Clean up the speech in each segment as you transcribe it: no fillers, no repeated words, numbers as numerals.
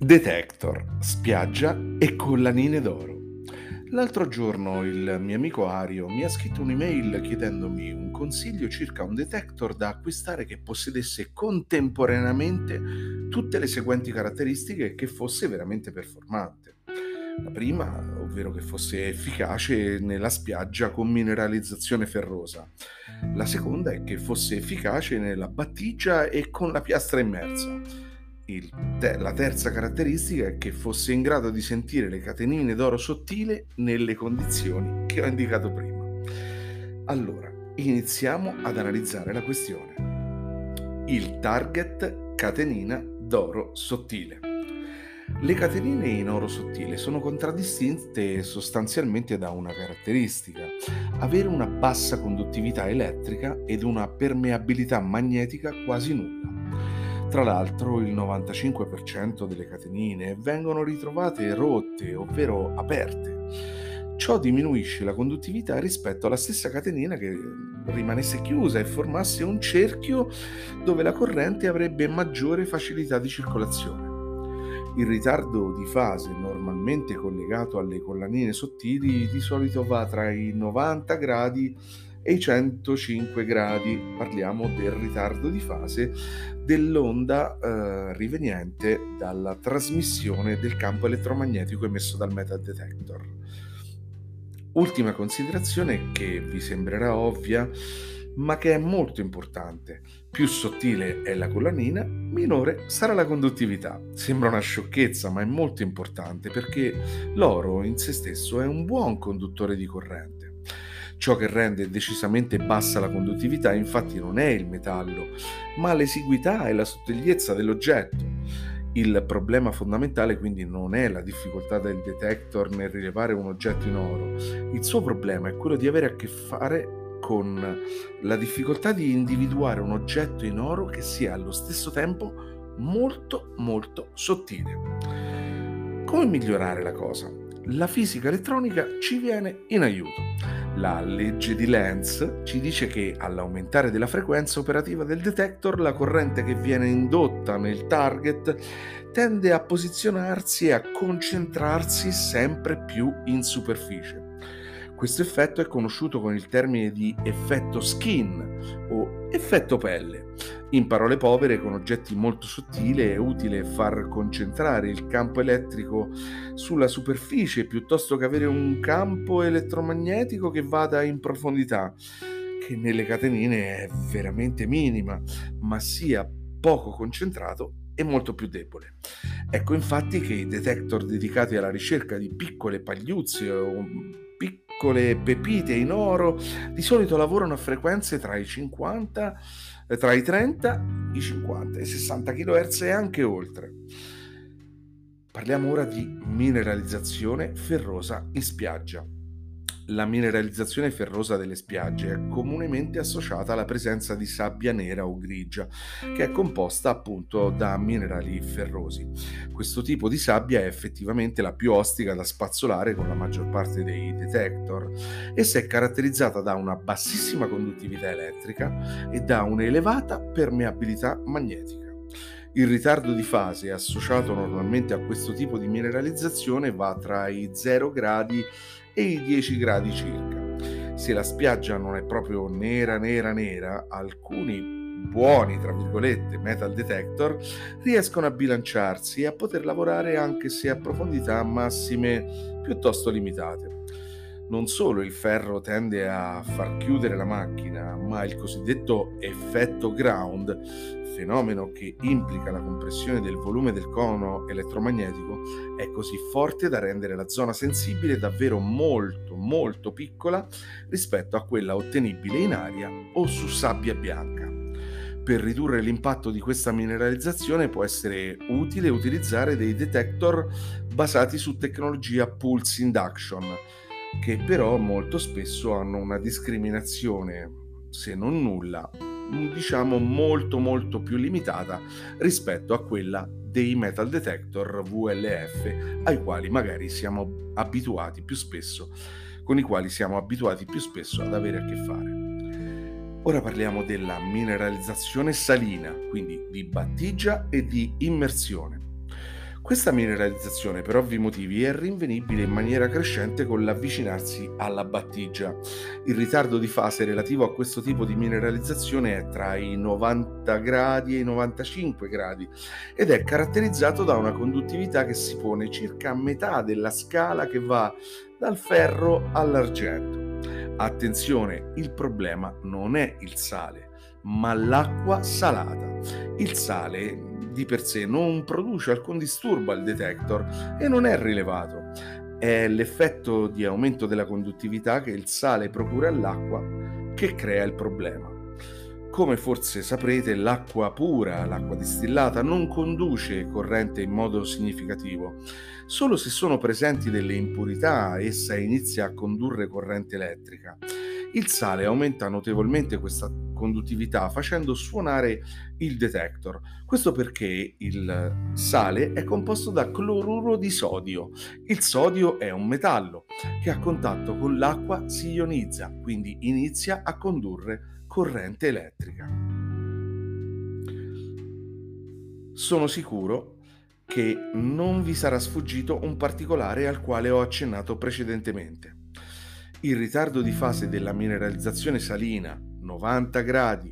Detector, spiaggia e collanine d'oro. L'altro giorno il mio amico Ario mi ha scritto un'email chiedendomi un consiglio circa un detector da acquistare che possedesse contemporaneamente tutte le seguenti caratteristiche e che fosse veramente performante. La prima, ovvero che fosse efficace nella spiaggia con mineralizzazione ferrosa. La seconda è che fosse efficace nella battigia e con la piastra immersa. La terza caratteristica è che fosse in grado di sentire le catenine d'oro sottile nelle condizioni che ho indicato prima. Allora, iniziamo ad analizzare la questione. Il target catenina d'oro sottile. Le catenine in oro sottile sono contraddistinte sostanzialmente da una caratteristica: avere una bassa conduttività elettrica ed una permeabilità magnetica quasi nulla. Tra l'altro il 95% delle catenine vengono ritrovate rotte, ovvero aperte. Ciò diminuisce la conduttività rispetto alla stessa catenina che rimanesse chiusa e formasse un cerchio dove la corrente avrebbe maggiore facilità di circolazione. Il ritardo di fase normalmente collegato alle collanine sottili di solito va tra i 90 gradi e i 105 gradi. Parliamo del ritardo di fase dell'onda riveniente dalla trasmissione del campo elettromagnetico emesso dal metal detector. Ultima considerazione che vi sembrerà ovvia, ma che è molto importante: più sottile è la collanina, minore sarà la conduttività. Sembra una sciocchezza, ma è molto importante perché l'oro in se stesso è un buon conduttore di corrente. Ciò che rende decisamente bassa la conduttività infatti non è il metallo, ma l'esiguità e la sottigliezza dell'oggetto. Il problema fondamentale quindi non è la difficoltà del detector nel rilevare un oggetto in oro. Il suo problema è quello di avere a che fare con la difficoltà di individuare un oggetto in oro che sia allo stesso tempo molto molto sottile. Come migliorare la cosa? La fisica elettronica ci viene in aiuto. La legge di Lenz ci dice che all'aumentare della frequenza operativa del detector, la corrente che viene indotta nel target tende a posizionarsi e a concentrarsi sempre più in superficie. Questo effetto è conosciuto con il termine di effetto skin o effetto pelle. In parole povere, con oggetti molto sottili è utile far concentrare il campo elettrico sulla superficie piuttosto che avere un campo elettromagnetico che vada in profondità, che nelle catenine è veramente minima, ma sia poco concentrato e molto più debole. Ecco infatti che i detector dedicati alla ricerca di piccole pagliuzze o piccole pepite in oro di solito lavorano a frequenze tra i 30, i 50 e i 60 kHz e anche oltre. Parliamo ora di mineralizzazione ferrosa in spiaggia. La mineralizzazione ferrosa delle spiagge è comunemente associata alla presenza di sabbia nera o grigia, che è composta appunto da minerali ferrosi. Questo tipo di sabbia è effettivamente la più ostica da spazzolare con la maggior parte dei detector. Essa è caratterizzata da una bassissima conduttività elettrica e da un'elevata permeabilità magnetica. Il ritardo di fase associato normalmente a questo tipo di mineralizzazione va tra i 0 gradi e i 10 gradi circa. Se la spiaggia non è proprio nera, alcuni buoni, tra virgolette, metal detector riescono a bilanciarsi e a poter lavorare anche se a profondità massime piuttosto limitate. Non solo il ferro tende a far chiudere la macchina, ma il cosiddetto effetto ground, fenomeno che implica la compressione del volume del cono elettromagnetico, è così forte da rendere la zona sensibile davvero molto molto piccola rispetto a quella ottenibile in aria o su sabbia bianca. Per ridurre l'impatto di questa mineralizzazione può essere utile utilizzare dei detector basati su tecnologia pulse induction, che però molto spesso hanno una discriminazione, se non nulla, diciamo molto molto più limitata rispetto a quella dei metal detector VLF ai quali magari siamo abituati più spesso, con i quali siamo abituati più spesso ad avere a che fare. Ora parliamo della mineralizzazione salina, quindi di battigia e di immersione. Questa mineralizzazione, per ovvi motivi, è rinvenibile in maniera crescente con l'avvicinarsi alla battigia. Il ritardo di fase relativo a questo tipo di mineralizzazione è tra i 90 gradi e i 95 gradi ed è caratterizzato da una conduttività che si pone circa a metà della scala che va dal ferro all'argento. Attenzione, il problema non è il sale, ma l'acqua salata. Il sale di per sé non produce alcun disturbo al detector e non è rilevato. È l'effetto di aumento della conduttività che il sale procura all'acqua che crea il problema. Come forse saprete, l'acqua pura, l'acqua distillata, non conduce corrente in modo significativo. Solo se sono presenti delle impurità, essa inizia a condurre corrente elettrica. Il sale aumenta notevolmente questa conduttività facendo suonare il detector. Questo perché il sale è composto da cloruro di sodio. Il sodio è un metallo che a contatto con l'acqua si ionizza, quindi inizia a condurre corrente elettrica. Sono sicuro che non vi sarà sfuggito un particolare al quale ho accennato precedentemente. Il ritardo di fase della mineralizzazione salina, 90 gradi,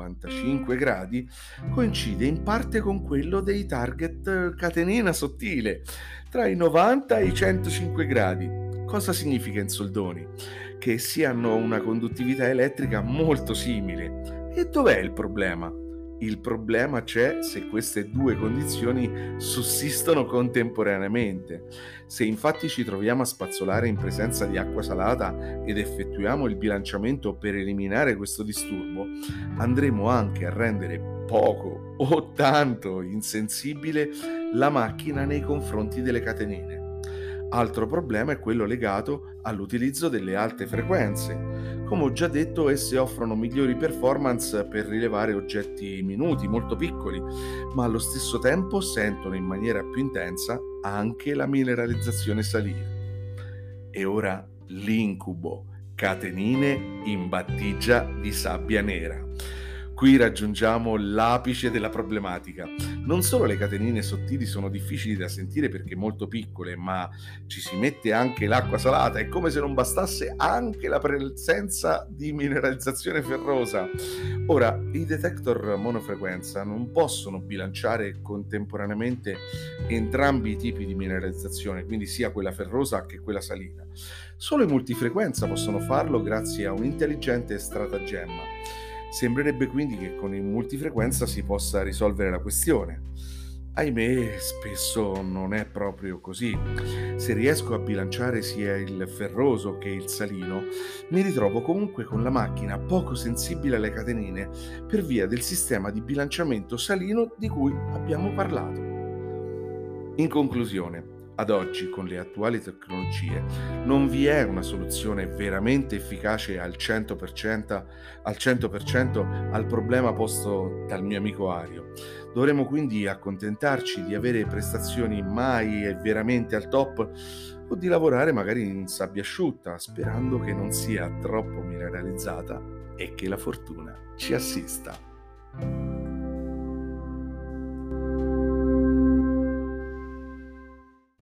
95 gradi, coincide in parte con quello dei target catenina sottile, tra i 90 e i 105 gradi. Cosa significa in soldoni? Che essi hanno una conduttività elettrica molto simile. E dov'è il problema? Il problema c'è se queste due condizioni sussistono contemporaneamente. Se infatti ci troviamo a spazzolare in presenza di acqua salata ed effettuiamo il bilanciamento per eliminare questo disturbo, andremo anche a rendere poco o tanto insensibile la macchina nei confronti delle catenine. Altro problema è quello legato all'utilizzo delle alte frequenze. Come ho già detto, esse offrono migliori performance per rilevare oggetti minuti, molto piccoli, ma allo stesso tempo sentono in maniera più intensa anche la mineralizzazione salina. E ora l'incubo: catenine in battigia di sabbia nera. Qui raggiungiamo l'apice della problematica. Non solo le catenine sottili sono difficili da sentire perché molto piccole, ma ci si mette anche l'acqua salata. È come se non bastasse anche la presenza di mineralizzazione ferrosa. Ora, i detector monofrequenza non possono bilanciare contemporaneamente entrambi i tipi di mineralizzazione, quindi sia quella ferrosa che quella salina. Solo i multifrequenza possono farlo grazie a un intelligente stratagemma. Sembrerebbe quindi che con il multifrequenza si possa risolvere la questione. Ahimè, spesso non è proprio così. Se riesco a bilanciare sia il ferroso che il salino, mi ritrovo comunque con la macchina poco sensibile alle catenine per via del sistema di bilanciamento salino di cui abbiamo parlato. In conclusione, ad oggi, con le attuali tecnologie, non vi è una soluzione veramente efficace al 100%, al problema posto dal mio amico Ario. Dovremo quindi accontentarci di avere prestazioni mai e veramente al top o di lavorare magari in sabbia asciutta, sperando che non sia troppo mineralizzata e che la fortuna ci assista.